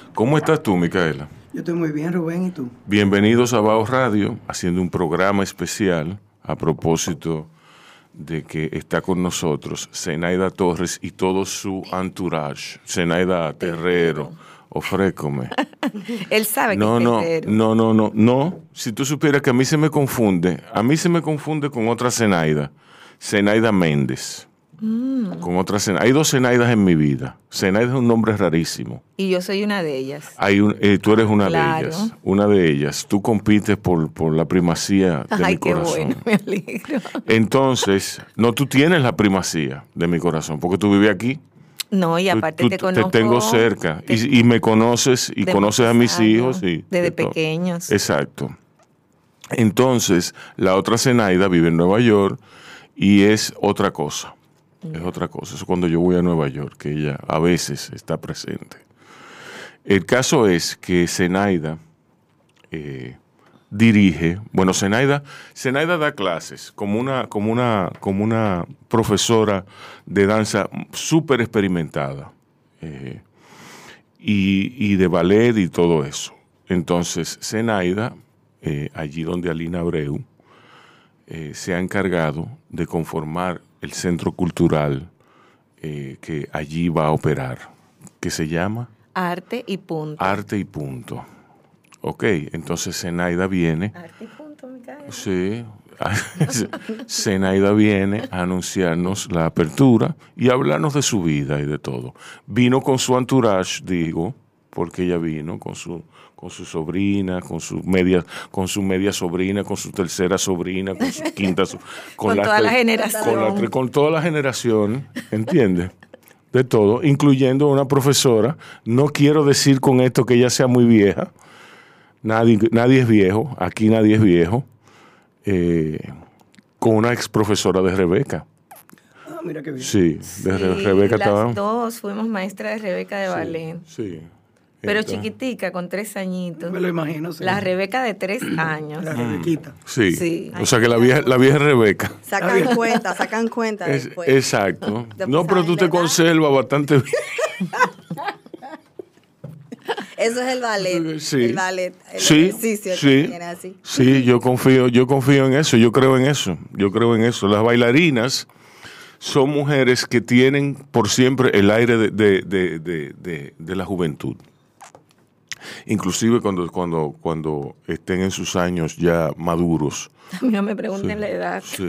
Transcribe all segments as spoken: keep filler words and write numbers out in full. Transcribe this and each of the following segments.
¿Cómo estás tú, Micaela? Yo estoy muy bien, Rubén, ¿y tú? Bienvenidos a Bajo Radio, haciendo un programa especial a propósito de que está con nosotros Zenaida Torres y todo su entourage. Zenaida Terrero, ofrécome. Él sabe no, que es no, Terrero. no, no, no, no. Si tú supieras que a mí se me confunde, a mí se me confunde con otra Zenaida, Zenaida Méndez. Mm. Con otra Zenaida. Hay dos Zenaidas en mi vida. Zenaida es un nombre rarísimo. Y yo soy una de ellas. Hay un, eh, tú eres una claro. de ellas. Una de ellas. Tú compites por, por la primacía de Ay, mi corazón. Ay, qué bueno, me alegro. Entonces, no, tú tienes la primacía de mi corazón, porque tú vives aquí. No, y aparte tú, te tú, conozco. Te tengo cerca. Te, y, y me conoces y conoces a mis años, hijos. Y, desde pequeños. Exacto. Entonces, la otra Zenaida vive en Nueva York y es otra cosa. Es otra cosa. Eso cuando yo voy a Nueva York, que ella a veces está presente. El caso es que Zenaida eh, dirige, bueno, Zenaida, Zenaida da clases como una, como una, como una profesora de danza súper experimentada eh, y, y de ballet y todo eso. Entonces, Zenaida, eh, allí donde Alina Abreu, eh, se ha encargado de conformar el centro cultural eh, que allí va a operar, que se llama Arte y Punto. Arte y Punto. Ok, entonces Zenaida viene. Arte y Punto, Micaela. Sí. Zenaida viene a anunciarnos la apertura y a hablarnos de su vida y de todo. Vino con su entourage, digo, porque ella vino con su con su sobrina, con su media, con su media sobrina, con su tercera sobrina, con su quinta, con, con la, toda la generación, con, la, con toda la generación, ¿entiendes? De todo, incluyendo una profesora. No quiero decir con esto que ella sea muy vieja. Nadie, nadie es viejo, aquí nadie es viejo. Eh, con una ex profesora de Rebeca. Ah, mira qué bien. Sí, de sí, Rebeca las estaba. dos fuimos maestras de Rebeca de sí, ballet. Sí. Pero Entonces, chiquitica, con tres añitos. Me lo imagino, sí. La Rebeca de tres años. La Rebequita. Sí. sí. O sea que la vieja, la vieja Rebeca. Sacan cuenta, sacan cuenta es, después. Exacto. No, pero tú te conservas bastante bien. Eso es el ballet. Sí. El ballet. El sí, ejercicio sí, que tiene así. Sí, yo confío, yo confío en eso, yo creo en eso, yo creo en eso. Las bailarinas son mujeres que tienen por siempre el aire de, de, de, de, de, de la juventud. Inclusive cuando, cuando, cuando estén en sus años ya maduros. A mí no me pregunten sí, la edad. Sí.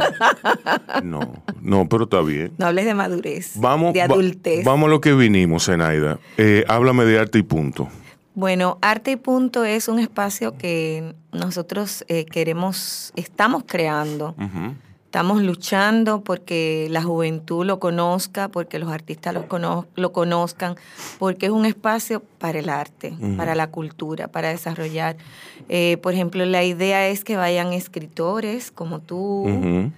No, no, pero está bien. No hables de madurez, vamos, de adultez. Va, vamos a lo que vinimos, Zenaida. Eh, háblame de Arte y Punto. Bueno, Arte y Punto es un espacio que nosotros eh, queremos, estamos creando. Uh-huh. Estamos luchando porque la juventud lo conozca, porque los artistas lo, cono- lo conozcan, porque es un espacio para el arte, uh-huh. para la cultura, para desarrollar. Eh, por ejemplo, la idea es que vayan escritores como tú, uh-huh.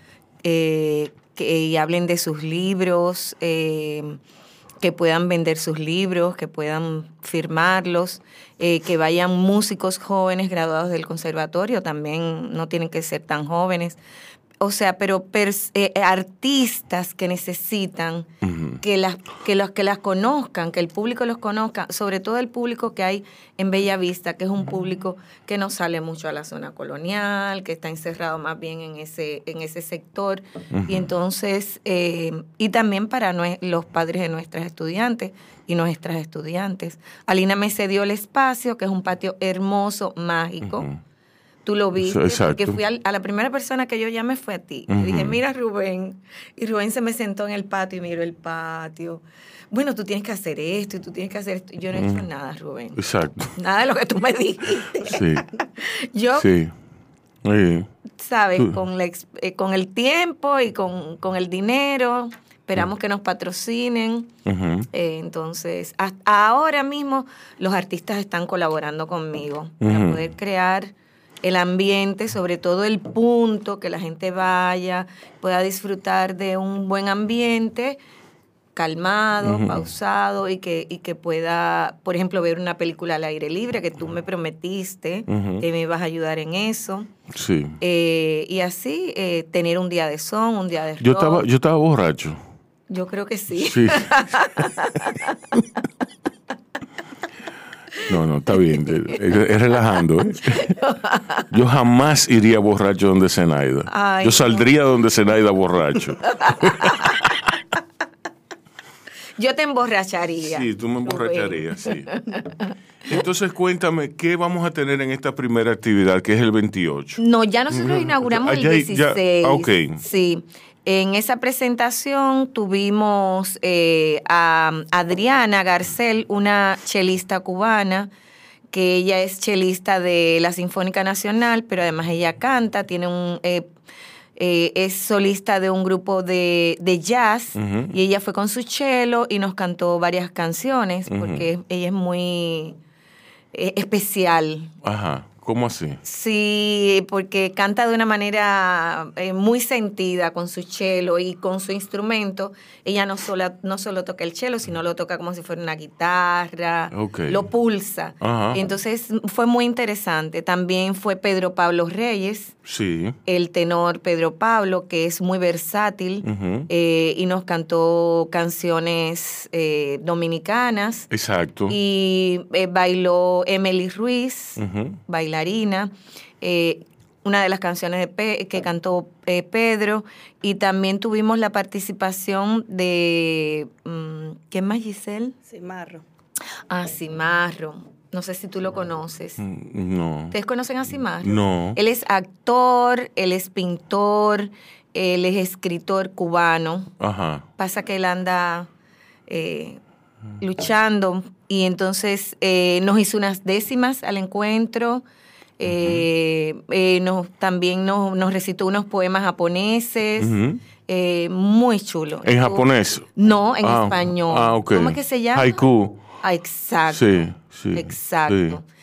eh, que y hablen de sus libros, eh, que puedan vender sus libros, que puedan firmarlos, eh, que vayan músicos jóvenes graduados del conservatorio, también no tienen que ser tan jóvenes. O sea, pero pers- eh, artistas que necesitan uh-huh. que las que los que las conozcan, que el público los conozca, sobre todo el público que hay en Bellavista, que es un público que no sale mucho a la zona colonial, que está encerrado más bien en ese en ese sector. Uh-huh. Y entonces, eh, y también para nue- los padres de nuestras estudiantes y nuestras estudiantes. Alina me cedió el espacio, que es un patio hermoso, mágico. Uh-huh. Tú lo viste, exacto. Porque fui a, a la primera persona que yo llamé fue a ti. Uh-huh. Le dije, mira Rubén. Y Rubén se me sentó en el patio y miró el patio. Bueno, tú tienes que hacer esto y tú tienes que hacer esto. Yo no he uh-huh. hecho nada, Rubén. Exacto. Nada de lo que tú me dijiste. Sí. Yo, sí. Sí. sabes, con, la, eh, con el tiempo y con, con el dinero, esperamos uh-huh. que nos patrocinen. Uh-huh. Eh, entonces, hasta ahora mismo los artistas están colaborando conmigo uh-huh. para poder crear el ambiente, sobre todo el punto, que la gente vaya, pueda disfrutar de un buen ambiente, calmado, uh-huh. pausado, y que, y que pueda, por ejemplo, ver una película al aire libre, que tú me prometiste uh-huh. que me ibas a ayudar en eso. Sí. Eh, y así, eh, tener un día de son, un día de rock. Yo estaba, yo estaba borracho. Yo creo que sí. Sí. No, no, no, está bien. Es, es relajando. ¿eh? Yo jamás iría borracho donde Zenaida. Ay, Yo saldría no. donde Zenaida borracho. Yo te emborracharía. Sí, tú me Rubén. emborracharías, sí. Entonces, cuéntame, ¿qué vamos a tener en esta primera actividad, que es el veintiocho? No, ya nosotros inauguramos el Allá hay- ya- dieciséis. ah, ok. Sí. En esa presentación tuvimos eh, a Adriana Garcel, una chelista cubana, que ella es chelista de la Sinfónica Nacional, pero además ella canta, tiene un... Eh, eh, es solista de un grupo de, de jazz, Ujú. y ella fue con su cello y nos cantó varias canciones, Ujú. porque ella es muy eh, especial. Ajá, ¿cómo así? Sí, porque canta de una manera eh, muy sentida con su cello y con su instrumento. Ella no solo, no solo toca el cello, sino lo toca como si fuera una guitarra, Ok. lo pulsa. Ajá. Y entonces fue muy interesante. También fue Pedro Pablo Reyes, Sí. el tenor Pedro Pablo, que es muy versátil, Ujú. eh, y nos cantó canciones eh, dominicanas. Exacto. Y eh, bailó Emily Ruiz, Ujú. bailarina, eh, una de las canciones de Pe- que cantó eh, Pedro, y también tuvimos la participación de, mm, ¿quién más, Giselle? Cimarro. Ah, Cimarro. No sé si tú lo conoces. Mm, No. ¿Ustedes conocen a Cimarro? No. Él es actor, él es pintor, él es escritor cubano. Ajá. Pasa que él anda eh, luchando y entonces eh, nos hizo unas décimas al encuentro. Eh, eh, nos, también nos, nos recitó unos poemas japoneses. Ujú. eh, muy chulo. ¿En Estuvo- japonés? No, en Ah, español. Ah, ok. ¿Cómo es que se llama? Haiku. Ah, exacto. Sí, sí. Exacto. sí.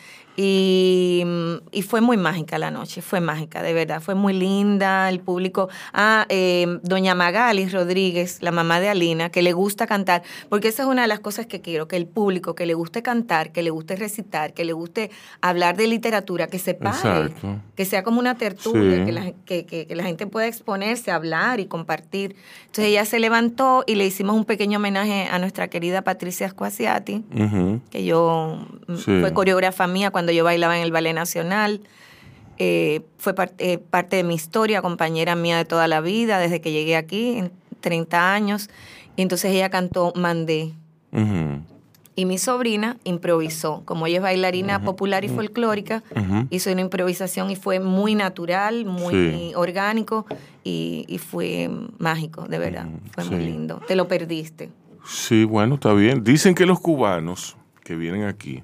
Y, y fue muy mágica la noche, fue mágica, de verdad, fue muy linda, el público. Ah, eh, doña Magali Rodríguez, la mamá de Alina, que le gusta cantar, porque esa es una de las cosas que quiero, que el público, que le guste cantar, que le guste recitar, que le guste hablar de literatura, que se pare, Exacto. que sea como una tertulia, Sí. que, la, que, que, que la gente pueda exponerse, hablar y compartir. Entonces ella se levantó y le hicimos un pequeño homenaje a nuestra querida Patricia Squasiati, Ujú. que yo mm, Sí. fue coreógrafa mía cuando yo bailaba en el Ballet Nacional. Eh, fue par- eh, parte de mi historia, compañera mía de toda la vida, desde que llegué aquí, en treinta años. Y entonces ella cantó Mandé. Ujú. Y mi sobrina improvisó. Como ella es bailarina popular y folclórica, Ujú. hizo una improvisación y fue muy natural, muy Sí. orgánico y, y fue mágico, de verdad. Fue muy sí. lindo. Te lo perdiste. Sí, bueno, está bien. Dicen que los cubanos que vienen aquí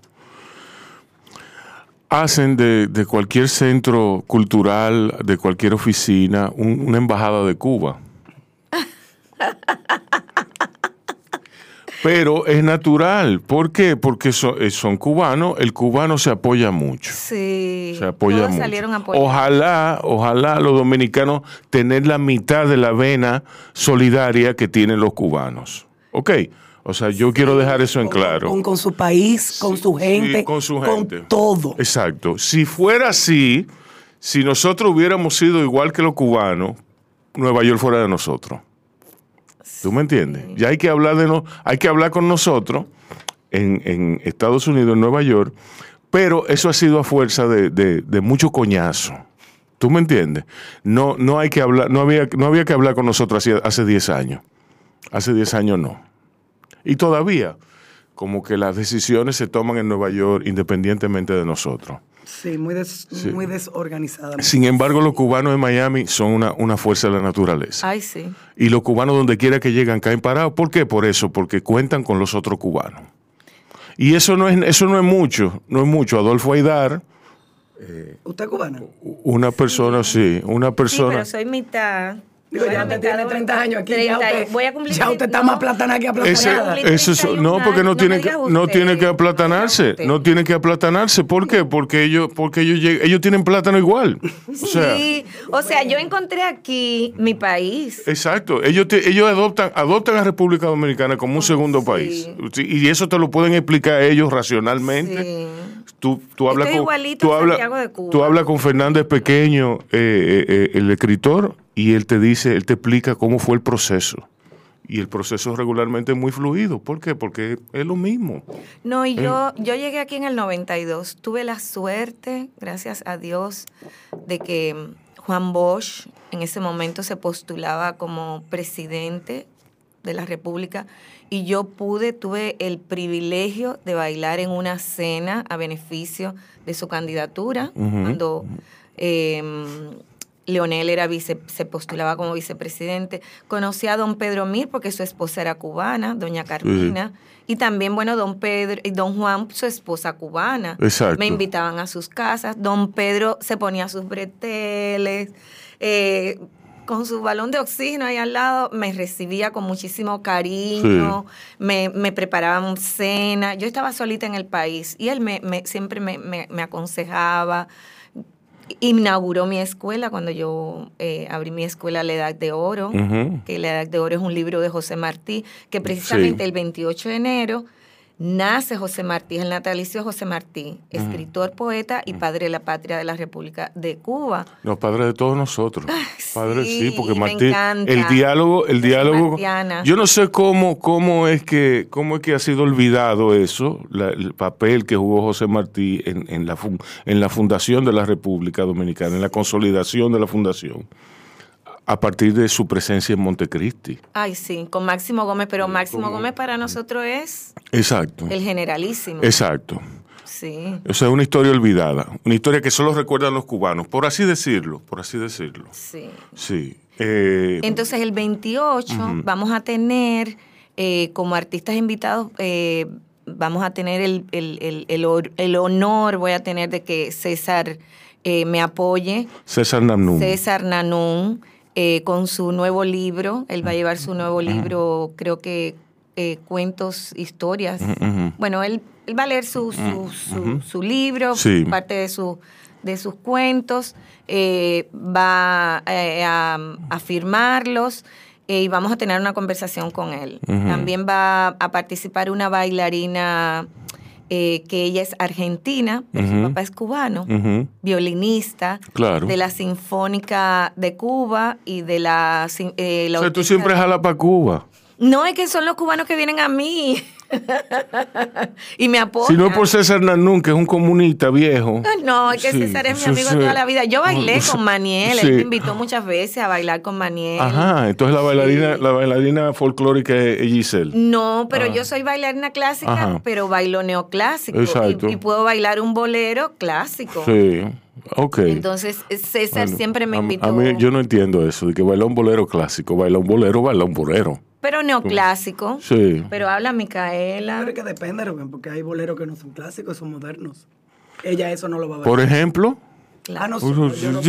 hacen de, de cualquier centro cultural, de cualquier oficina, un- una embajada de Cuba. Pero es natural. ¿Por qué? Porque so- eh, son cubanos, el cubano se apoya mucho. Sí. Se apoya Todos mucho. salieron a apoyar. Ojalá, ojalá los dominicanos tener la mitad de la vena solidaria que tienen los cubanos. ¿Ok? O sea, yo quiero dejar eso en Con- claro. Con, con su país, con su gente, Sí, con su gente. con todo. Exacto. Si fuera así, si nosotros hubiéramos sido igual que los cubanos, Nueva York fuera de nosotros. ¿Tú me entiendes? Ya hay que hablar de no, hay que hablar con nosotros en, en Estados Unidos, en Nueva York, pero eso ha sido a fuerza de, de, de mucho coñazo. ¿Tú me entiendes? No, no hay que hablar, no había, no había que hablar con nosotros hace, hace diez años. Hace diez años no. Y todavía, como que las decisiones se toman en Nueva York independientemente de nosotros. Sí, muy, des- Sí. muy desorganizada. Sin embargo, los cubanos en Miami son una, una fuerza de la naturaleza. Ay, sí. Y los cubanos donde quiera que llegan caen parados. ¿Por qué? Por eso, porque cuentan con los otros cubanos. Y eso no es, eso no es mucho, no es mucho. Adolfo Aidar, ¿Usted es cubana? una persona, sí, una Sí, persona. pero soy mitad. Digo, ya Bueno, usted mitad tiene de- treinta años aquí. ya treinta, usted, voy a cumplir ya usted está no. más platana que Ese, aplatanada. cumplir ese es- treinta y un no, porque no años, tiene no me que, diga no usted, tiene que no aplatanarse, me diga usted. no tiene que aplatanarse. ¿Por qué? Porque ellos, porque ellos lleg- ellos tienen plátano igual. O sea, Sí, o sea, yo encontré aquí mi país. exacto. Ellos te- ellos adoptan adoptan a República Dominicana como un segundo sí. país. Sí, y eso te lo pueden explicar ellos racionalmente. Sí. Tú, tú hablas Estoy con, igualito tú a hablas, Santiago de Cuba. tú hablas con Fernández Pequeño, eh, eh, eh, el escritor, y él te dice, él te explica cómo fue el proceso. y el proceso regularmente es muy fluido. ¿Por qué? Porque es lo mismo. No, y yo, yo llegué aquí en el noventa y dos. Tuve la suerte, gracias a Dios, de que Juan Bosch en ese momento se postulaba como presidente de la República y yo pude, tuve el privilegio de bailar en una cena a beneficio de su candidatura, uh-huh. cuando eh, Leonel era vice, se postulaba como vicepresidente. Conocí a don Pedro Mir porque su esposa era cubana, doña Carmina, uh-huh. y también, bueno, don Pedro y don Juan, su esposa cubana. Exacto. Me invitaban a sus casas, don Pedro se ponía sus breteles, eh, con su balón de oxígeno ahí al lado, me recibía con muchísimo cariño, sí. me, me preparaban cena. Yo estaba solita en el país y él me, me, siempre me, me, me aconsejaba. Inauguró mi escuela cuando yo eh, abrí mi escuela La Edad de Oro, uh-huh. que La Edad de Oro es un libro de José Martí, que precisamente sí. el veintiocho de enero nace José Martí, el natalicio de José Martí, escritor, poeta y padre de la patria de la República de Cuba. Los padres de todos nosotros. Ay, padres, sí, sí, porque Martí, me encanta. el diálogo, el diálogo. Yo no sé cómo, cómo es que, cómo es que ha sido olvidado eso, la, el papel que jugó José Martí en, en la en la fundación de la República Dominicana, en la consolidación de la fundación, a partir de su presencia en Montecristi. Ay, sí, con Máximo Gómez, pero Máximo Como... Gómez para nosotros es Exacto. el generalísimo. Exacto. Sí. O sea, es una historia olvidada, una historia que solo recuerdan los cubanos, por así decirlo, por así decirlo. Sí. Sí. Eh... Entonces, el veintiocho uh-huh. vamos a tener, eh, como artistas invitados, eh, vamos a tener el, el, el, el, el honor, voy a tener de que César eh, me apoye. César Nanún. César Nanún. Eh, con su nuevo libro, él va a llevar su nuevo libro, creo que eh, cuentos, historias. Uh-huh. Bueno, él, él va a leer su, su, su, uh-huh. su libro, sí. parte de, su, de sus cuentos, eh, va eh, a, a firmarlos eh, y vamos a tener una conversación con él. Uh-huh. También va a participar una bailarina Eh, que ella es argentina, pero uh-huh. su papá es cubano, uh-huh. violinista, claro. de la Sinfónica de Cuba y de la... Eh, la o sea, tú siempre jalas para Cuba. No, es que son los cubanos que vienen a mí y me apoyan. Si no por César Nanún, que es un comunista viejo. No, es que sí, César es mi amigo sí, toda la vida. Yo bailé sí, con Maniel, sí. él me invitó muchas veces a bailar con Maniel. Ajá, entonces la bailarina, sí. la bailarina folclórica es Giselle. No, pero ah. yo soy bailarina clásica, Ajá. pero bailo neoclásico. Exacto. Y, y puedo bailar un bolero clásico. Sí. Ok. Entonces, César bueno, siempre me invitó. A, a mí, yo no entiendo eso, de que baila un bolero clásico, baila un bolero, baila un bolero. Pero neoclásico. Sí. Pero habla Micaela. Pero es que depende, Rubén, porque hay boleros que no son clásicos, son modernos. Ella eso no lo va a ver. Por ejemplo. Claro. Ah, no sé, yo no sé.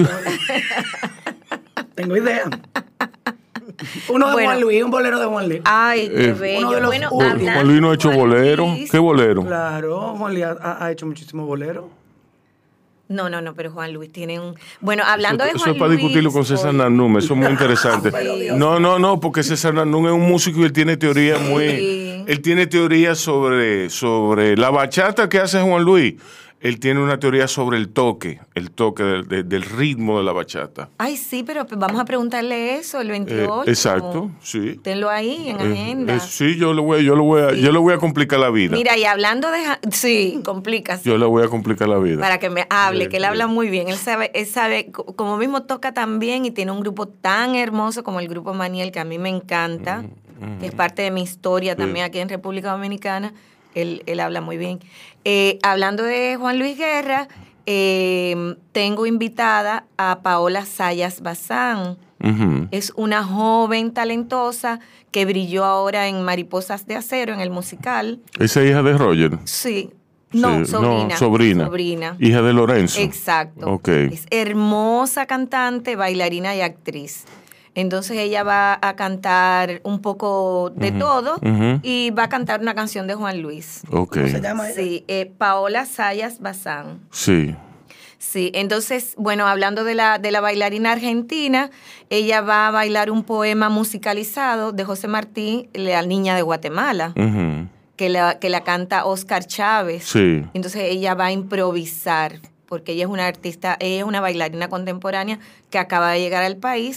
Tengo idea. Uno de bueno. Juan Luis, un bolero de Juan Luis. Ay, qué eh, bello. Uno de los bueno, Juan Luis no ha hecho Juan bolero. Luis. ¿Qué bolero? Claro, Juan Luis ha, ha hecho muchísimos boleros. No, no, no, pero Juan Luis tiene un... Bueno, hablando eso, de Juan Luis... Eso es para discutirlo con César Nanún, eso es muy interesante. No, no, no, porque César Nanún es un músico y él tiene teoría muy... Sí. Él tiene teoría sobre, sobre la bachata que hace Juan Luis. Él tiene una teoría sobre el toque, el toque del, del, del ritmo de la bachata. Ay, sí, pero vamos a preguntarle eso el veintiocho. Eh, exacto, sí. Tenlo ahí en eh, agenda. Eh, sí, yo le voy, yo le voy a, sí. yo le voy a complicar la vida. Mira, y hablando de, sí, complica. Yo le voy a complicar la vida. Para que me hable, eh, que él eh. habla muy bien. Él sabe, él sabe, como mismo toca tan bien y tiene un grupo tan hermoso como el grupo Maniel, que a mí me encanta, mm, mm, que es parte de mi historia sí. también aquí en República Dominicana. Él, él habla muy bien. Eh, hablando de Juan Luis Guerra, eh, tengo invitada a Paola Sayas Bazán. Uh-huh. Es una joven talentosa que brilló ahora en Mariposas de Acero, en el musical. ¿Esa hija de Roger? Sí. No, sí. sobrina, no, sobrina. Sobrina. Hija de Lorenzo. Exacto. Okay. Es hermosa cantante, bailarina y actriz. Entonces ella va a cantar un poco de uh-huh, todo uh-huh. y va a cantar una canción de Juan Luis. Okay. ¿Cómo se llama ella? Sí, eh, Paola Sayas Bazán. Sí. Sí, entonces, bueno, hablando de la, de la bailarina argentina, ella va a bailar un poema musicalizado de José Martí, La Niña de Guatemala, uh-huh. que, la, que la canta Oscar Chávez. Sí. Entonces ella va a improvisar, porque ella es una artista, ella es una bailarina contemporánea que acaba de llegar al país.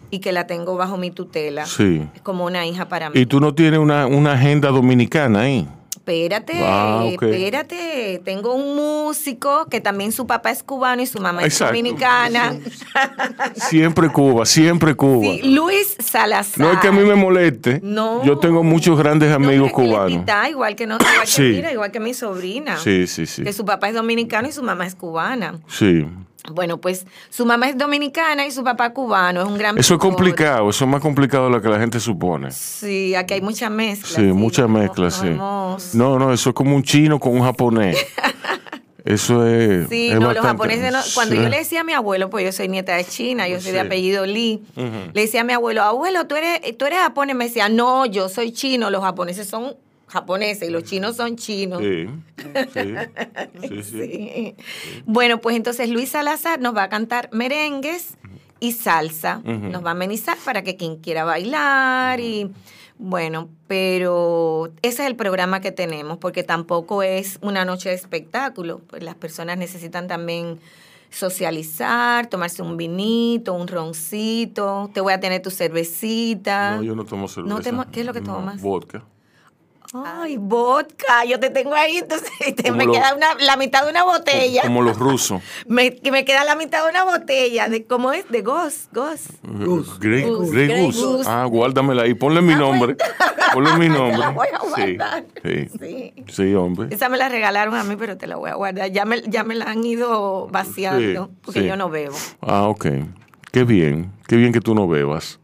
y que la tengo bajo mi tutela. Sí. Es como una hija para mí. ¿Y tú no tienes una, una agenda dominicana ahí? Espérate, Ah, ok. espérate. Tengo un músico que también su papá es cubano y su mamá es Exacto. dominicana. Siempre Cuba, siempre Cuba. Sí, Luis Salazar. No es que a mí me moleste. No. Yo tengo muchos grandes No, amigos mira, él es cubanos. mitad, igual que no, igual que, Sí. mira, igual que mi sobrina. Sí, sí, sí. Que su papá es dominicano y su mamá es cubana. Sí. Bueno, pues su mamá es dominicana y su papá cubano. Es un gran Eso es pintor. complicado, eso es más complicado de lo que la gente supone. Sí, aquí hay mucha mezcla. Sí, mucha no- mezcla, no sí. hemos- No, no, eso es como un chino con un japonés. Eso es. Sí, es no, los bastante- japoneses no. Cuando sí. yo le decía a mi abuelo, pues yo soy nieta de China, yo soy de Sí. apellido Lee, le decía a mi abuelo, abuelo, tú eres, tú eres japonés. Me decía, no, yo soy chino, los japoneses son japoneses y los chinos son chinos. Sí, sí, sí, sí. Sí. Bueno, pues entonces Luis Salazar nos va a cantar merengues y salsa. Ujú. Nos va a amenizar para que quien quiera bailar y bueno, pero ese es el programa que tenemos porque tampoco es una noche de espectáculo. Pues las personas necesitan también socializar, tomarse un vinito, un roncito. Te voy a tener tu cervecita. No, yo no tomo cerveza. No te mo- ¿qué es lo que No, tomas? vodka. Ay, vodka, yo te tengo ahí, entonces te- Como me lo- queda una, la mitad de una botella. Como los rusos. Me, que me queda la mitad de una botella de ¿cómo es? De Gos, Gos. Goose. Grey, Goose. Grey Grey Goose. Goose. Ah, guárdamela ahí. Ponle mi nombre. Ponle mi nombre. La voy a Sí, guardar. sí, Sí. sí, hombre. Esa me la regalaron a mí, pero te la voy a guardar. Ya me, ya me la han ido vaciando Sí, porque sí. yo no bebo. Ah, ok. Qué bien. Qué bien que tú no bebas.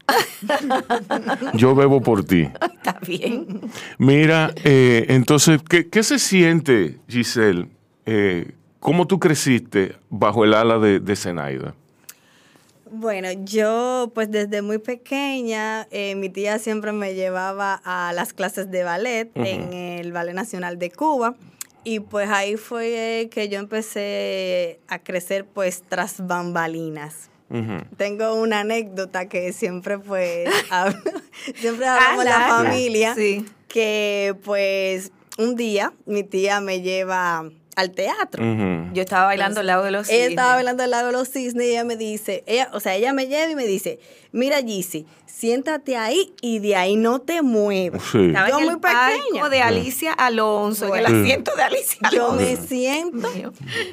Yo bebo por ti. Está bien. Mira, eh, entonces, ¿qué, qué se siente, Giselle? Eh, ¿Cómo tú creciste bajo el ala de, de Zenaida? Bueno, yo pues desde muy pequeña, eh, mi tía siempre me llevaba a las clases de ballet Ujú. en el Ballet Nacional de Cuba. Y pues ahí fue que yo empecé a crecer pues tras bambalinas. Ujú. Tengo una anécdota que siempre pues hablo- siempre hablamos en la Ala. familia, Sí. que pues un día mi tía me lleva al teatro. Ujú. Yo estaba bailando al lado de los Ella cisnes. estaba bailando al lado de los cisnes y ella me dice, ella, o sea, ella me lleva y me dice, mira Gizzy, siéntate ahí y de ahí no te muevas. Sí. Estaba Yo en muy el palco pequeña. de Alicia Alonso, en el Bueno. asiento de Alicia Yo Alonso. me siento Mío.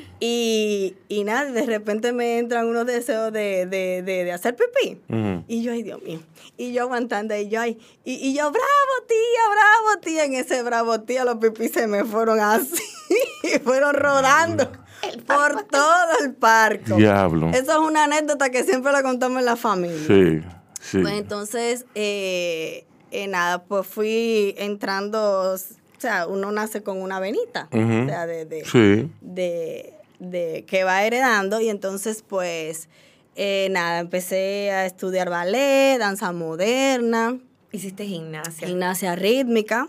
y, y nada, de repente me entran unos deseos de, de, de, de hacer pipí. Ujú. Y yo, ay Dios mío, y yo aguantando, y yo, ay, y, y yo, bravo tía, bravo tía, en ese bravo tía los pipí se me fueron así, y fueron rodando por todo el parque. Diablo. Eso es una anécdota que siempre la contamos en la familia. Sí, sí. Pues entonces, eh, eh, nada, pues fui entrando, o sea, uno nace con una venita, Ujú. o sea, de, de, Sí. de, de que va heredando, y entonces, pues, eh, nada, empecé a estudiar ballet, danza moderna, Hiciste gimnasia. gimnasia rítmica,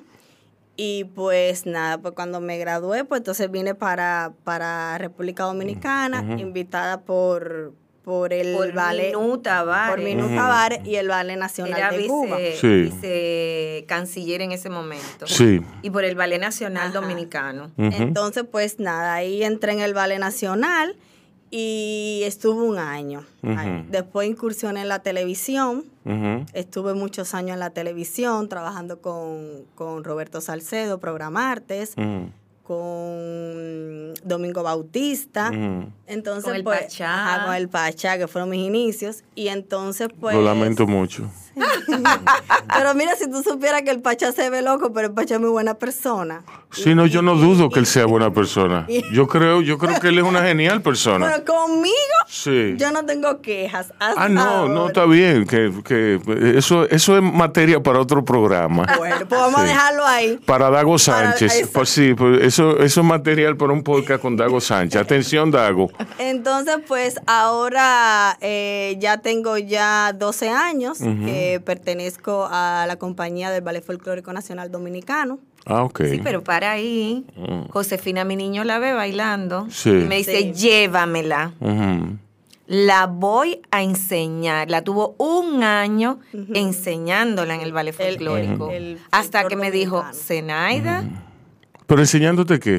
y pues nada, pues cuando me gradué, pues entonces vine para, para República Dominicana, Ujú. invitada por, por el Por ballet. Minuta Tavares. Por Minuta Tavares y el Ballet Nacional Era de vice, Cuba. Sí. vice canciller en ese momento. Sí. Y por el Ballet Nacional Ajá. Dominicano. Ujú. Entonces, pues nada, ahí entré en el Ballet Nacional y estuve un año. Ujú. ahí. Después incursioné en la televisión. Ujú. Estuve muchos años en la televisión trabajando con, con Roberto Salcedo, Programartes, Ujú. con Domingo Bautista. Ujú. Entonces, Con el pues, Pachá. ajá, con el Pachá, que fueron mis inicios. Y entonces, pues... Lo lamento mucho. Pero mira, si tú supieras que el Pachá se ve loco, pero el Pachá es muy buena persona. Sí, no, yo no dudo que él sea buena persona. Yo creo, yo creo que él es una genial persona. Pero conmigo, Sí. yo no tengo quejas. hasta Ah, no, no, ahora. está bien. Que, que eso, eso es materia para otro programa. Bueno, pues vamos a Sí. dejarlo ahí. Para Dago Para- Sánchez. exacto. Pues sí, pues eso, eso es material para un podcast con Dago Sánchez. Atención, Dago. Entonces, pues ahora eh, ya tengo ya doce años Ujú. que pertenezco a la compañía del Ballet Folclórico Nacional Dominicano. Ah, ok. Sí, pero para ahí. Mm. Josefina, mi niño, la ve bailando. Sí. Y me dice, Sí. llévamela. Ujú. La voy a enseñar. La tuvo un año enseñándola en el ballet El- folclórico. el- el hasta folclor que me dijo, dominicano. Zenaida, ¿Pero enseñándote qué?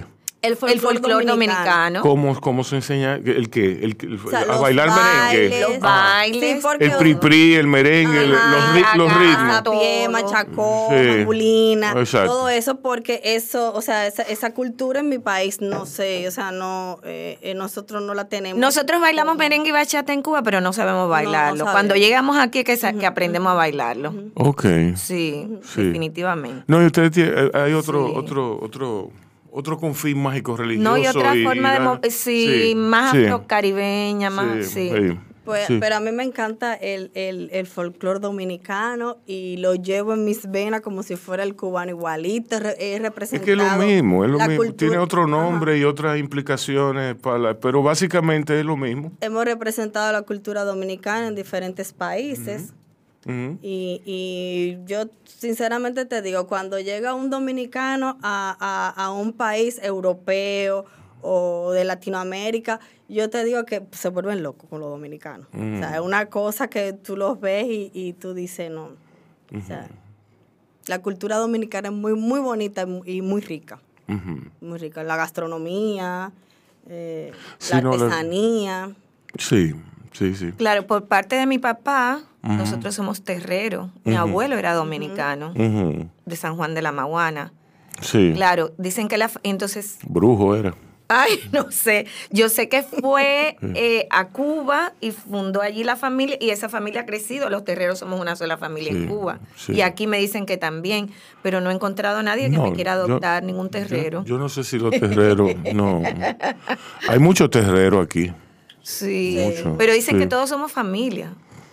El folclore, el folclore dominicano. ¿Cómo, cómo se enseña? ¿El qué? El, el- O sea, a los bailar merengue. bailes. Los bailes. Sí, porque El pri-pri, el merengue, el- Ajá, los, ri- los acá, ritmos. todo. Pie, machacón, Sí, mambulina, exacto. todo eso porque eso, o sea, esa, esa cultura en mi país, no sé, o sea, no, eh, eh, nosotros no la tenemos. Nosotros bailamos merengue y bachata en Cuba, pero no sabemos bailarlo. sabemos. Cuando llegamos aquí es que, sa- que aprendemos a bailarlo. Ok. Sí, Sí. definitivamente. No, y ustedes tienen, hay otro, Sí. otro, otro, otro confín mágico religioso. No, y otra forma de... y- mo- Sí, más sí, afrocaribeña, más... Sí. sí, Pues, sí. Pero a mí me encanta el, el, el folclore dominicano y lo llevo en mis venas como si fuera el cubano igualito, re- he Es representado que es lo mismo, es lo la mismo. cultura- Tiene otro nombre Ajá. y otras implicaciones, para la- pero básicamente es lo mismo. Hemos representado la cultura dominicana en diferentes países. Ujú. Y, y yo sinceramente te digo, cuando llega un dominicano a, a, a un país europeo o de Latinoamérica, yo te digo que se vuelven locos con los dominicanos. O sea, es una cosa que tú los ves y, y tú dices, no. O sea, la cultura dominicana es muy, muy bonita y muy- y muy rica. Ujú. Muy rica. La gastronomía, eh, Sí, la no, la- artesanía. Sí, sí, sí. Claro, por parte de mi papá, nosotros somos terreros. Mi abuelo era dominicano, Ujú. de San Juan de la Maguana. Sí. Claro, dicen que la... Entonces, Brujo era. ay, no sé. Yo sé que fue eh, a Cuba y fundó allí la familia y esa familia ha crecido. Los terreros somos una sola familia Sí, en Cuba. sí. Y aquí me dicen que también, pero no he encontrado a nadie que No, me quiera yo- adoptar, ningún terrero. Yo, yo no sé si los terreros, no. Hay muchos terreros aquí. Sí, Mucho, pero dicen sí. que todos somos familia.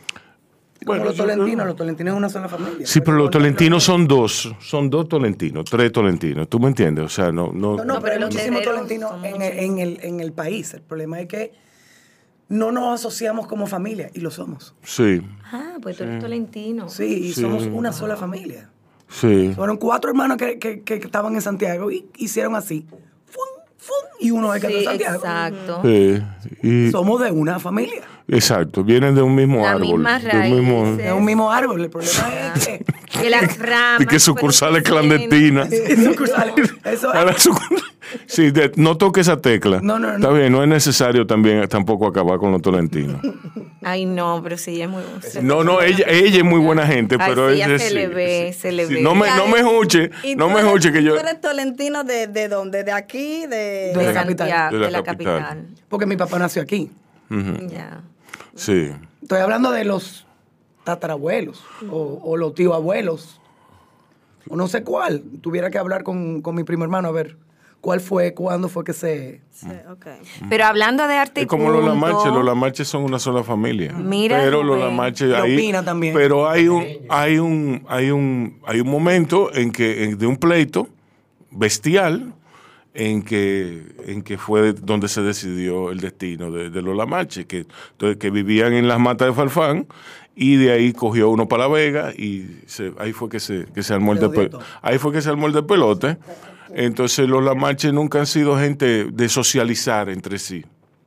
Como Bueno, los yo- tolentinos, los tolentinos es una sola familia. Sí, pero los tolentinos son dos, son dos tolentinos, tres tolentinos, ¿tú me entiendes? O sea, no, no, No, no, No, pero pero hay los muchísimos terreros tolentinos son en, muchos. en el, en el país. El problema es que no nos asociamos como familia y lo somos. sí, Ah, pues tú eres tolentino. Sí, y Sí. somos una sola familia. sí. Fueron cuatro hermanos que, que, que estaban en Santiago y hicieron así. ¡Fum! ¡Fum! Y uno es que está Sí, en Santiago. exacto. Sí, y- Somos de una familia. exacto, vienen de un mismo La árbol. misma de un mismo- raíz. Es un mismo árbol. El problema es que... Que las ramas. y que sucursales fueron clandestinas. sucursales. Eso Ahora, es. sucur- Sí, de- no toque esa tecla. No, no, no. Está bien, no es necesario también tampoco acabar con los tolentinos. Ay, no, pero sí, ella es muy No, no, ella, ella es muy buena gente, Ay, pero sí, ella ella se sí, le ve, sí, se le sí. ve. No me, no me escuche, ¿Y no tú me eres- escuche que yo... ¿Tú eres tolentino de, de dónde? ¿De aquí? De, De la de capital. Santiago, De la de la capital. capital. Porque mi papá nació aquí. Ya. Sí. Estoy hablando de los tatarabuelos o, o los tíos abuelos. O no sé cuál. Tuviera que hablar con, con mi primo hermano a ver cuál fue, cuándo fue que se... Sí, ok. Pero hablando de arte y Es como los punto, Lamarches, los Lamarches son una sola familia. Mira, pero los Rubén. Lamarches Y ahí, Opina también. pero hay un, hay un, hay un, hay un momento en que en- de un pleito bestial en que, en que fue donde se decidió el destino de, de los Lamarches, que, entonces, que vivían en las matas de Farfán, y de ahí cogió uno para La Vega y se, ahí fue que se, que se armó el Se de odió pe- todo. ahí fue que se armó el de pelote. Entonces los Lamarches nunca han sido gente de socializar entre sí.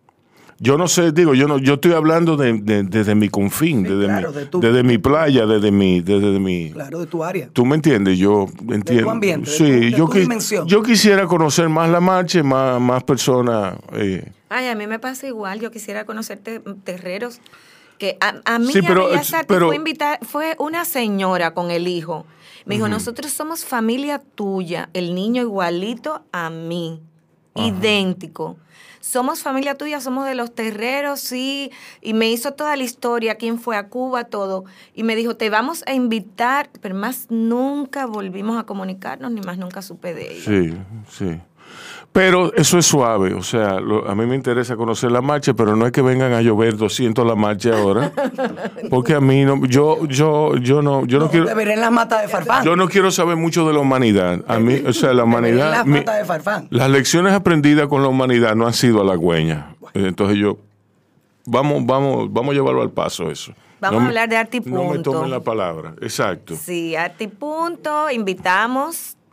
Yo no sé, digo, yo no, yo estoy hablando de, de- desde mi confín, Sí, desde, claro, mi, de tu- desde mi playa, desde mi, desde mi. Claro, de tu área. ¿Tú me entiendes? Yo entiendo. ambiente, de sí, tu- de yo, tu qui- dimensión. yo quisiera conocer más la marcha, más, más personas. eh. Ay, a mí me pasa igual. Yo quisiera conocerte terreros. Que a, a mí Sí, a pero- Bellas Artes pero- fue, invitar, fue una señora con el hijo. Me dijo, nosotros somos familia tuya. El niño igualito a mí. Idéntico. Somos familia tuya, somos de los terreros, sí. Y me hizo toda la historia, quién fue a Cuba, todo. Y me dijo, te vamos a invitar, pero más nunca volvimos a comunicarnos, ni más nunca supe de ella. Sí, sí. Pero eso es suave, o sea, lo- a mí me interesa conocer la marcha, pero no es que vengan a llover doscientos la marcha ahora, porque a mí no, yo, yo, yo no, yo no, No, quiero, beberé en las matas de Farfán. yo no quiero saber mucho de la humanidad. A mí, o sea, la Beberé en humanidad, las mi- matas de Farfán. las lecciones aprendidas con la humanidad no han sido halagüeñas. Entonces yo, vamos, vamos, vamos a llevarlo al paso eso. Vamos No a me- hablar de arte y No me punto. tomen la palabra, exacto. Sí, arte y punto. Invitamos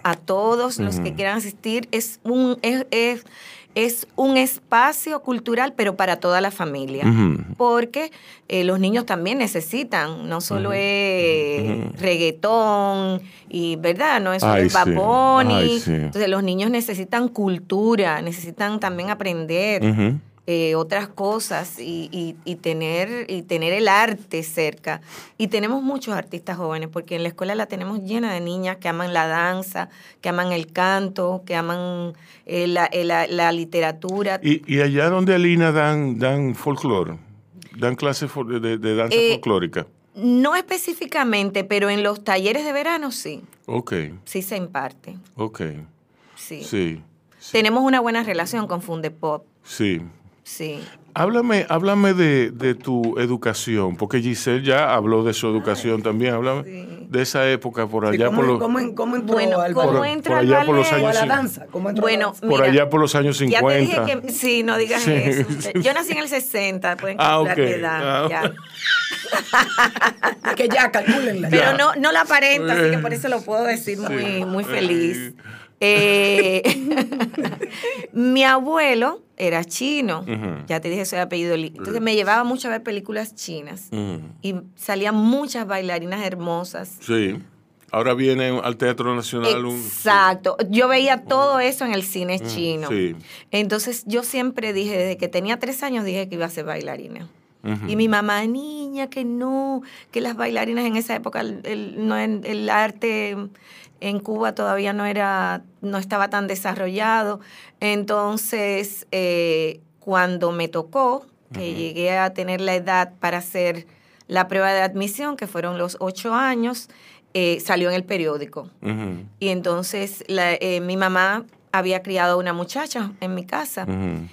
a todos los Ujú. que quieran asistir. Es un, es, es, es un espacio cultural, pero para toda la familia. Ujú. Porque eh, los niños también necesitan, no solo Ujú. es Ujú. reggaetón, y ¿verdad? No es solo Ay, es Bad sí. Bunny. Ay, sí. Entonces los niños necesitan cultura, necesitan también aprender. Ujú. Eh, otras cosas y, y, y tener y tener el arte cerca. Y tenemos muchos artistas jóvenes, porque en la escuela la tenemos llena de niñas que aman la danza, que aman el canto, que aman eh, la, eh, la, la literatura. Y, y allá donde Alina dan, dan folclore, dan clases fol- de, de danza Eh, folclórica. No específicamente, pero en los talleres de verano sí, Ok, sí se imparte. ok. Sí. Sí, sí, Tenemos una buena relación con Fundepop. sí. Sí. Háblame, háblame de, de tu educación, porque Giselle ya habló de su educación también. Háblame sí. de esa época por Sí, allá ¿cómo, por los, cómo en- cómo entró Bueno, al ¿cómo por- ballet? entra por al allá por los ballet? O a años la cin- danza, ¿cómo entró a la Bueno, danza? por mira, allá por los años ya te cincuenta. dije que sí, no digas Sí. eso. Yo nací en el sesenta, pueden Ah, calcular ok. mi edad. Ah, ya. Es que ya, calcúlenla. Pero Ya. no, no la aparenta, así que por eso lo puedo decir muy, muy feliz. Eh, mi abuelo era chino, Ujú. ya te dije soy apellido Li. Entonces me llevaba mucho a ver películas chinas Ujú. y salían muchas bailarinas hermosas. Sí. Ahora viene al Teatro Nacional un... Exacto. Yo veía todo eso en el cine Mm, chino. sí. Entonces yo siempre dije, desde que tenía tres años, dije que iba a ser bailarina. Ujú. Y mi mamá, niña, que no, que las bailarinas en esa época, el, el- no, el, el arte en Cuba todavía no era, no estaba tan desarrollado. Entonces, eh, cuando me tocó, que Ujú. llegué a tener la edad para hacer la prueba de admisión, que fueron los ocho años, eh, salió en el periódico. Ujú. Y entonces la- eh, mi mamá había criado a una muchacha en mi casa Ujú.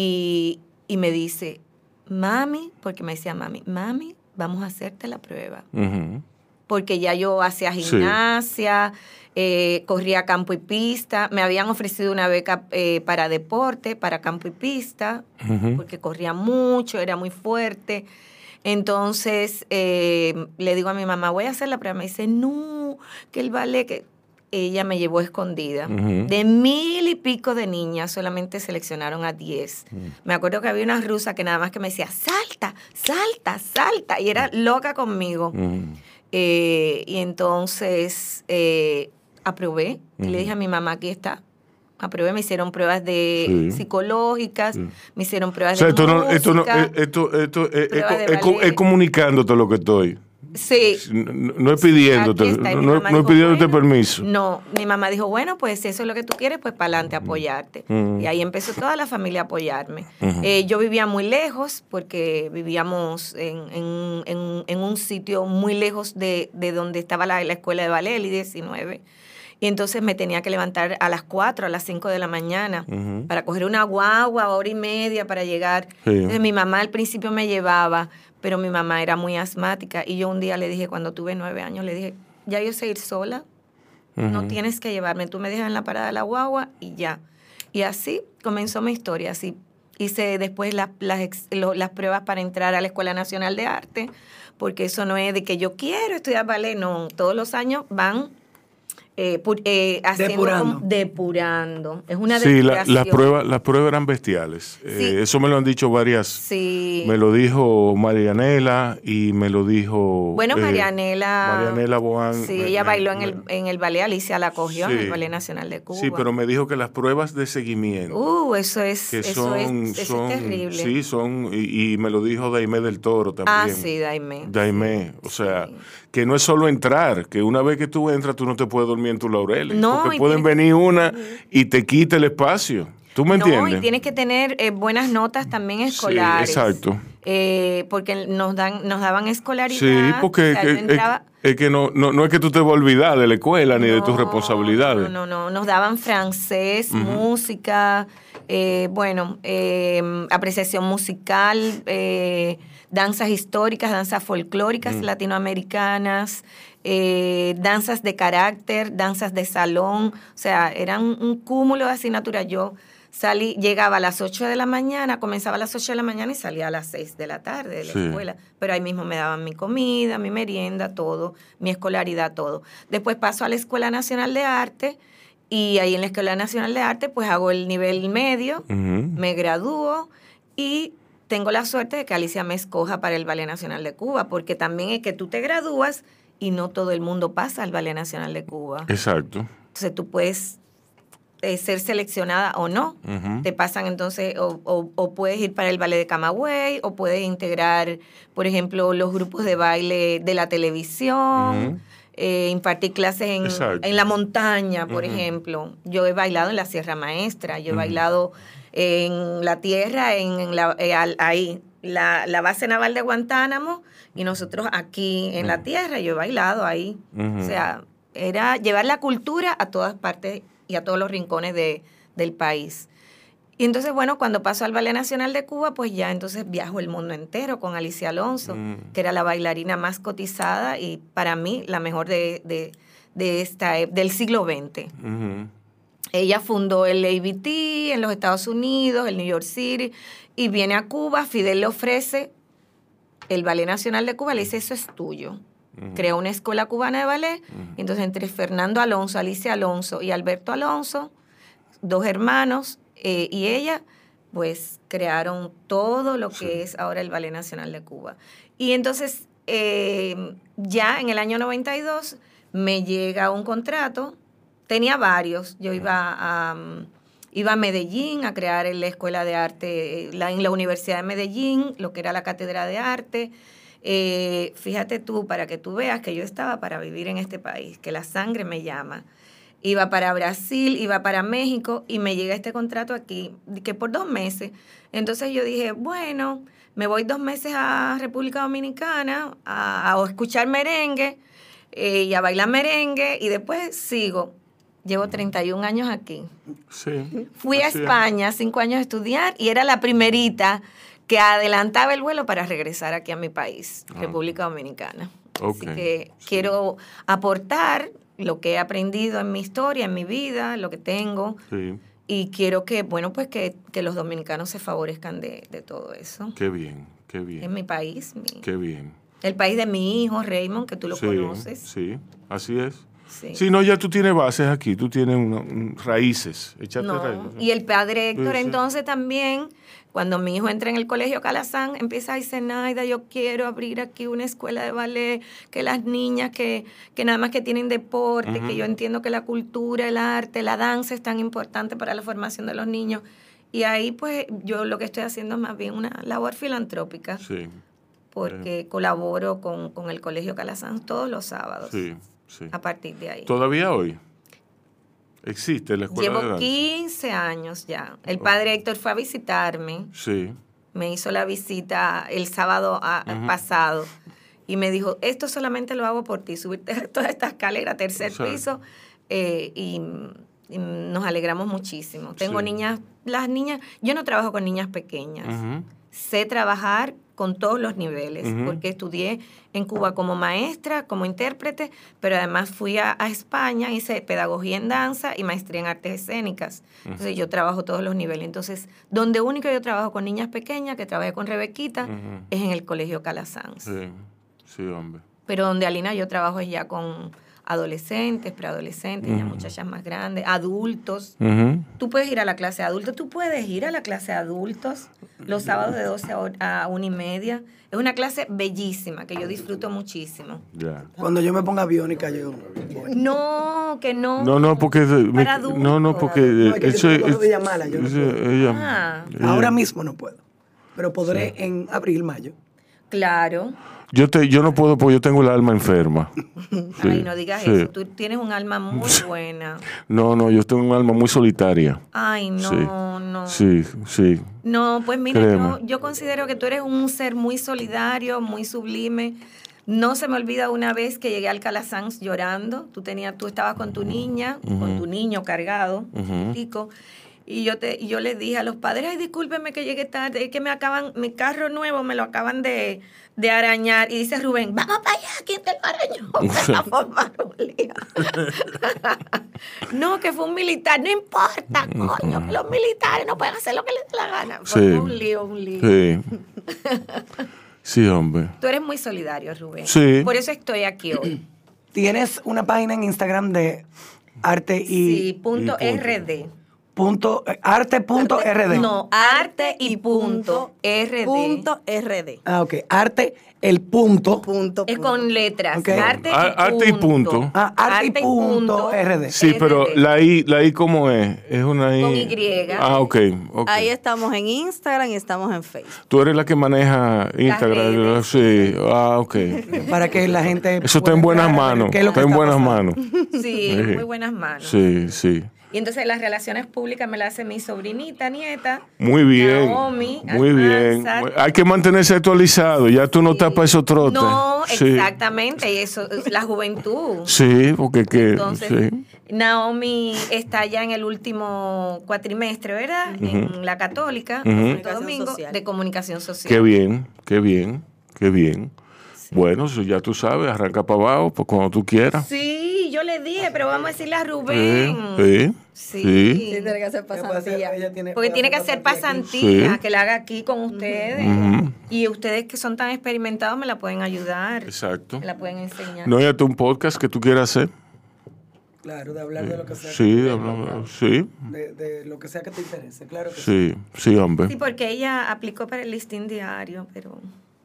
y, y me dice, mami, porque me decía mami, mami, vamos a hacerte la prueba. Ujú. Porque ya yo hacía Sí. gimnasia, eh, corría campo y pista, me habían ofrecido una beca eh, para deporte, para campo y pista, Ujú. porque corría mucho, era muy fuerte. Entonces eh, le digo a mi mamá, voy a hacer la prueba. Me dice, no, que el ballet, que ella me llevó escondida. Ujú. De mil y pico de niñas, solamente seleccionaron a diez. Me acuerdo que había una rusa que nada más que me decía, salta, salta, salta, y era loca conmigo. Ujú. Eh, y entonces eh, aprobé y Ujú. le dije a mi mamá, aquí está. Aprobé, me hicieron pruebas de Sí. psicológicas, Sí. me hicieron pruebas O sea, de esto no, esto no, música. eh, esto, esto, eh, es, Prueba co- de es co- ballet. es comunicándote lo que estoy. Sí. No, no- no es pidiéndote, Aquí está. Y no, mi no- mamá no es dijo, pidiéndote bueno, permiso. No, mi mamá dijo, bueno, pues si eso es lo que tú quieres, pues para adelante, apoyarte. Mm. Y ahí empezó toda la familia a apoyarme. Ujú. Eh, yo vivía muy lejos, porque vivíamos en, en- en- en un sitio muy lejos de, de donde estaba la, la escuela de ballet, el I diecinueve. Y entonces me tenía que levantar a las cuatro, a las cinco de la mañana, Ujú. para coger una guagua, hora y media para llegar. Sí. Entonces mi mamá al principio me llevaba, pero mi mamá era muy asmática. Y yo un día le dije, cuando tuve nueve años, le dije, ya yo sé ir sola, no Ujú. tienes que llevarme, tú me dejas en la parada de la guagua y ya. Y así comenzó mi historia, así. Hice después las, las, ex- lo- las pruebas para entrar a la Escuela Nacional de Arte, porque eso no es de que yo quiero estudiar ballet, no, todos los años van eh, pu- eh, haciendo Depurando. como- depurando. Es una Sí, la- depuración. las pruebas, las pruebas eran bestiales. Eh, Sí. eso me lo han dicho varias. Sí. Me lo dijo Marianela y me lo dijo. Bueno, eh, Marianela. Marianela Boán. Sí, me- ella me- bailó en me- el, en el ballet, Alicia la cogió en Sí. el Ballet Nacional de Cuba. Sí, pero me dijo que las pruebas de seguimiento. Uh, eso es, que eso son, es, eso son es terrible. sí, son, y, y me lo dijo Daimé del Toro también. Ah, sí, Daimé. Daimé, o sea, que no es solo entrar, que una vez que tú entras tú no te puedes dormir en tus laureles, No, porque y pueden tienes- venir una y te quita el espacio. ¿Tú me No, entiendes? y tienes que tener eh, buenas notas también escolares. Sí, exacto. Eh, porque nos dan, nos daban escolaridad. Sí, porque o sea, que- yo es- entraba- es, que no, no, no es que tú te vas a olvidar de la escuela ni de tus No, responsabilidades. No, no, no. Nos daban francés, música, eh, bueno, eh, apreciación musical, eh, danzas históricas, danzas folclóricas latinoamericanas, eh, danzas de carácter, danzas de salón. O sea, eran un cúmulo de asignaturas. Yo salí, llegaba a las ocho de la mañana, comenzaba a las ocho de la mañana y salía a las seis de la tarde de la Sí. escuela. Pero ahí mismo me daban mi comida, mi merienda, todo, mi escolaridad, todo. Después paso a la Escuela Nacional de Arte Y ahí en la Escuela Nacional de Arte, pues hago el nivel medio, Ujú. me gradúo y tengo la suerte de que Alicia me escoja para el Ballet Nacional de Cuba, porque también es que tú te gradúas y no todo el mundo pasa al Ballet Nacional de Cuba. Exacto. Entonces tú puedes eh, ser seleccionada o no. Ujú. Te pasan entonces, o, o, o puedes ir para el ballet de Camagüey, o puedes integrar, por ejemplo, los grupos de baile de la televisión. Ujú. Eh, impartir clases en, Exacto. en la montaña, por Ujú. ejemplo. Yo he bailado en la Sierra Maestra, yo he Ujú. bailado en la tierra, en, en la, eh, al- ahí, la, la base naval de Guantánamo, y nosotros aquí en la tierra, yo he bailado ahí. Ujú. O sea, era llevar la cultura a todas partes y a todos los rincones de, del país. Y entonces, bueno, cuando paso al Ballet Nacional de Cuba, pues ya entonces viajo el mundo entero con Alicia Alonso, Mm. que era la bailarina más cotizada y para mí la mejor de, de, de esta, e- del siglo veinte. Ujú. Ella fundó el A B T en los Estados Unidos, el New York City, y viene a Cuba. Fidel le ofrece el Ballet Nacional de Cuba, le dice, eso es tuyo. Ujú. Creó una escuela cubana de ballet. Ujú. Entonces, entre Fernando Alonso, Alicia Alonso y Alberto Alonso, dos hermanos, eh, y ella, pues crearon todo lo que Sí. es ahora el Ballet Nacional de Cuba. Y entonces, eh, ya en el año noventa y dos, me llega un contrato. Tenía varios. Yo iba a, um, iba a Medellín a crear en la Escuela de Arte, la, en la Universidad de Medellín, lo que era la Cátedra de Arte. Eh, fíjate tú, para que tú veas que yo estaba para vivir en este país, que la sangre me llama. Iba para Brasil, iba para México y me llega este contrato aquí, que por dos meses. Entonces yo dije, bueno, me voy dos meses a República Dominicana a, a escuchar merengue eh, y a bailar merengue y después sigo. Llevo treinta y un años aquí. Sí. Fui a Así es. España cinco años a estudiar y era la primerita que adelantaba el vuelo para regresar aquí a mi país, Ah. República Dominicana. Ok, Así que sí. quiero aportar lo que he aprendido en mi historia, en mi vida, lo que tengo, Sí. y quiero que, bueno, pues que, que los dominicanos se favorezcan de, de todo eso. Qué bien, qué Es bien. mi país, mi- Qué bien. el país de mi hijo, Raymond, que tú lo Sí, conoces. sí, así es. Sí. Sí, no, ya tú tienes bases aquí, tú tienes una- un- raíces. Échate No, raíces. y el padre Héctor Sí, sí. entonces también, cuando mi hijo entra en el colegio Calazán, empieza a decir, Naida, yo quiero abrir aquí una escuela de ballet, que las niñas que, que nada más que tienen deporte, Ujú. que yo entiendo que la cultura, el arte, la danza es tan importante para la formación de los niños. Y ahí pues yo lo que estoy haciendo es más bien una labor filantrópica, Sí, porque colaboro con, con el colegio Calazán todos los sábados, sí, sí. a partir de ahí. ¿Todavía hoy existe la escuela de Llevo danza? quince años ya. El padre Héctor fue a visitarme. Sí. Me hizo la visita el sábado a- Ujú. pasado y me dijo, esto solamente lo hago por ti, subirte toda esta escalera, tercer Exacto. piso, eh, y, y nos alegramos muchísimo. Tengo Sí. niñas, las niñas, yo no trabajo con niñas pequeñas, Ujú. sé trabajar con todos los niveles, Ujú. porque estudié en Cuba como maestra, como intérprete, pero además fui a, a España, hice pedagogía en danza y maestría en artes escénicas. Entonces yo trabajo todos los niveles. Entonces, donde único yo trabajo con niñas pequeñas, que trabajé con Rebequita, Ujú. es en el Colegio Calasanz. Sí, sí, hombre. Pero donde Alina yo trabajo es ya con adolescentes, preadolescentes, ya Ujú. muchachas más grandes, adultos. Ujú. Tú puedes ir a la clase de adultos, tú puedes ir a la clase de adultos los sábados de doce a hor- a una y media. Es una clase bellísima que yo disfruto muchísimo. Ya. Cuando yo me ponga biónica, yo voy. No, que no. No, no, porque... me- Para adultos. no, no, porque... No, es que eso yo es- tengo rodilla mala, yo no eso- puedo. ella- Ah. ella- Ahora mismo no puedo. Pero podré en abril, mayo. Claro. Yo, te, yo no puedo porque yo tengo el alma enferma. Sí, Ay, no digas sí. eso. Tú tienes un alma muy buena. No, no, yo tengo un alma muy solitaria. Ay, no, Sí. no. Sí, sí. No, pues mira, Créeme. yo, yo considero que tú eres un ser muy solidario, muy sublime. No se me olvida una vez que llegué al Calasanz llorando. Tú tenías, tú estabas con tu niña, con tu niño cargado, Ujú. chiquitico, y yo te, y yo les dije a los padres, ay, discúlpenme que llegué tarde, es que me acaban, mi carro nuevo me lo acaban de, de arañar. Y dice Rubén, vamos para allá, ¿quién te lo arañó? Me la formaron un lío. No, que fue un militar, no importa, coño, que los militares no pueden hacer lo que les dé la gana. Fue Sí. un lío, un lío. Sí. Sí, hombre. Tú eres muy solidario, Rubén. Sí. Por eso estoy aquí hoy. Tienes una página en Instagram de Arte y... Sí, punto y punto. rd. Punto, eh, arte punto rd. No, arte y punto rd. Punto rd. Ah, ok. Arte, el punto. Punto, Es punto. con letras. Ok. Arte, Ar- y arte y punto. Ah, arte y punto rd. Sí, pero R D. la I, la I ¿cómo es? Es una I. Con Y. Ah, ok. ok. Ahí estamos en Instagram y estamos en Facebook. Tú eres la que maneja Instagram. redes. Sí. Ah, ok. Para que la gente... Eso está pueda en buenas entrar a ver manos. qué es lo que Está en buenas pasando. manos. Sí, Sí. muy buenas manos. Sí, sí. Y entonces las relaciones públicas me las hace mi sobrinita, nieta. Muy bien. Naomi, Muy ajá, bien. exacto. Hay que mantenerse actualizado. Ya tú no estás para esos trotes. No, Sí. exactamente. Y eso es la juventud. Sí, porque que. Entonces, sí. Naomi está ya en el último cuatrimestre, ¿verdad? En la Católica, Ujú. Santo Comunicación Domingo, social. de comunicación social. Qué bien, qué bien, qué bien. Bueno, eso ya tú sabes, arranca para abajo, pues cuando tú quieras. Sí, yo le dije, pero vamos a decirle a Sí, Rubén. sí, Sí. sí. Sí, tiene que hacer ¿Qué puede hacer? pasantía. Ella tiene- Porque puede tiene que hacer pasantía aquí. pasantía, Sí. que la haga aquí con ustedes. Ujú. Y ustedes que son tan experimentados me la pueden ayudar. Exacto. Me la pueden enseñar. ¿No hay hasta un podcast que tú quieras hacer? Claro, de hablar de lo que sea. Sí, que, hablamos- sí, de, de lo que sea que te interese, claro que sí. sí, sí, hombre. Sí, porque ella aplicó para el listín diario, pero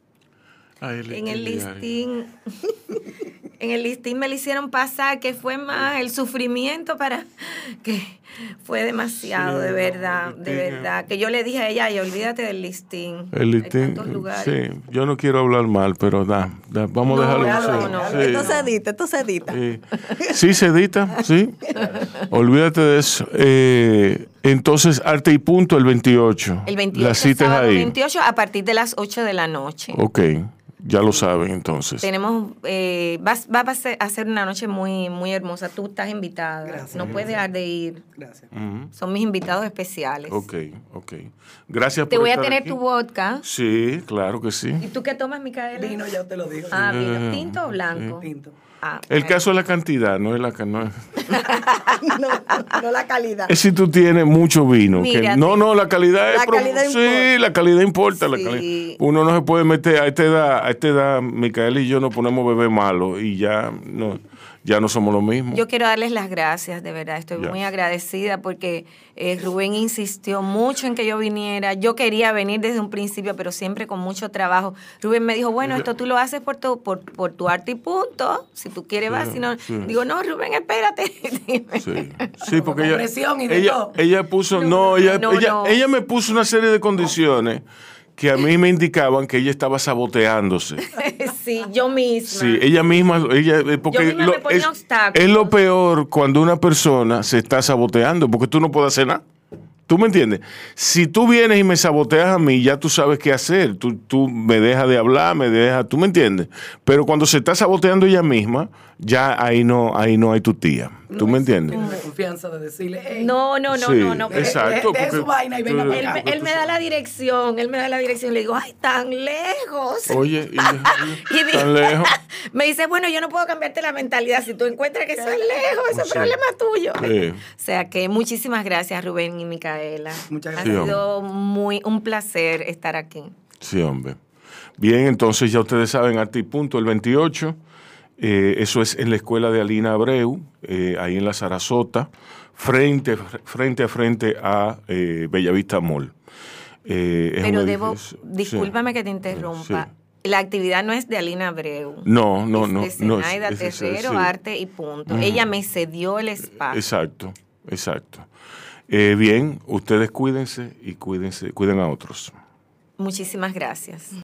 Ay, en el diario. listín, en el listín me le hicieron pasar que fue más el sufrimiento para que fue demasiado, Sí, de no, verdad, el de listín, verdad. Que yo le dije a ella, y olvídate del listín. El Hay listín, tantos lugares. sí, yo no quiero hablar mal, pero da, da, vamos a No, dejarlo no, así. no. Sí. Esto se edita, esto se edita. Sí, sí, se edita, sí. Olvídate de eso. Eh, entonces, Arte y Punto el veintiocho. El veintiocho, La cita es sábado ahí. veintiocho a partir de las ocho de la noche. Ok, ya lo saben entonces. Tenemos, eh, va, va a ser- a ser una noche muy, muy hermosa. Tú estás invitada. Gracias. No puedes dejar de ir. Gracias. Ujú. Son mis invitados especiales. Ok, ok. Gracias Te por voy a estar tener aquí. tu vodka. Sí, claro que sí. ¿Y tú qué tomas, Micaela? Vino, ya te lo digo. Ah, vino. Eh, ¿Tinto o blanco? Tinto. Ah, El bueno. caso es la cantidad, no es la ca- no es, No, no la calidad. es si tú tienes mucho vino. que- Mírate. no, no, la calidad es La pro- calidad sí, importa. la calidad importa. La Sí. calidad. Uno no se puede meter a esta edad, a esta edad, Micaela y yo nos ponemos bebé malo y ya no, ya no somos lo mismo. Yo quiero darles las gracias, de verdad. Estoy Ya. muy agradecida porque eh, Rubén insistió mucho en que yo viniera. Yo quería venir desde un principio, pero siempre con mucho trabajo. Rubén me dijo, bueno, esto tú lo haces por tu, por, por tu arte y punto. Si tú quieres, vas. Si no, sí. digo, no, Rubén, espérate. Sí, sí, porque Con ella, presión y de ella, todo. ella puso, no, No, ella, no, ella, no. ella me puso una serie de condiciones que a mí me indicaban que ella estaba saboteándose. Sí, yo misma. Sí, ella misma, ella, eh, porque misma me ponía es, obstáculos. es lo peor cuando una persona se está saboteando, porque tú no puedes hacer nada. ¿Tú me entiendes? Si tú vienes y me saboteas a mí, ya tú sabes qué hacer. Tú, tú me dejas de hablar, me dejas, ¿tú me entiendes? Pero cuando se está saboteando ella misma, ya ahí no, ahí no hay tu tía. ¿Tú me entiendes? Tiene la confianza de decirle, hey, No, no, no, Sí, no, no. exacto. de- de su porque vaina y venga tú- para Él, acá. me- él me da la dirección, él me da la dirección y le digo, ay, tan lejos. Oye, y, Y di- tan lejos. Me dice, bueno, yo no puedo cambiarte la mentalidad. Si tú encuentras que eso es lejos, eso es Sí. problema tuyo. Sí. O sea que muchísimas gracias, Rubén y Micaela. Muchas Ha gracias. sido muy un placer estar aquí. Sí, hombre. Bien, entonces ya ustedes saben, Arte y Punto, el veintiocho. Eh, eso es en la escuela de Alina Abreu, eh, ahí en la Sarasota, frente, frente a frente a eh, Bellavista Mall. Eh, es Pero un debo, edificio- discúlpame sí. que te interrumpa. Sí. La actividad no es de Alina Abreu. No, no, es no. de no, es- Zenaida es- es- Terrero, sí. Arte y Punto. Ella me cedió el espacio. Exacto, exacto. Eh, bien, ustedes cuídense y cuídense, cuiden a otros. Muchísimas gracias.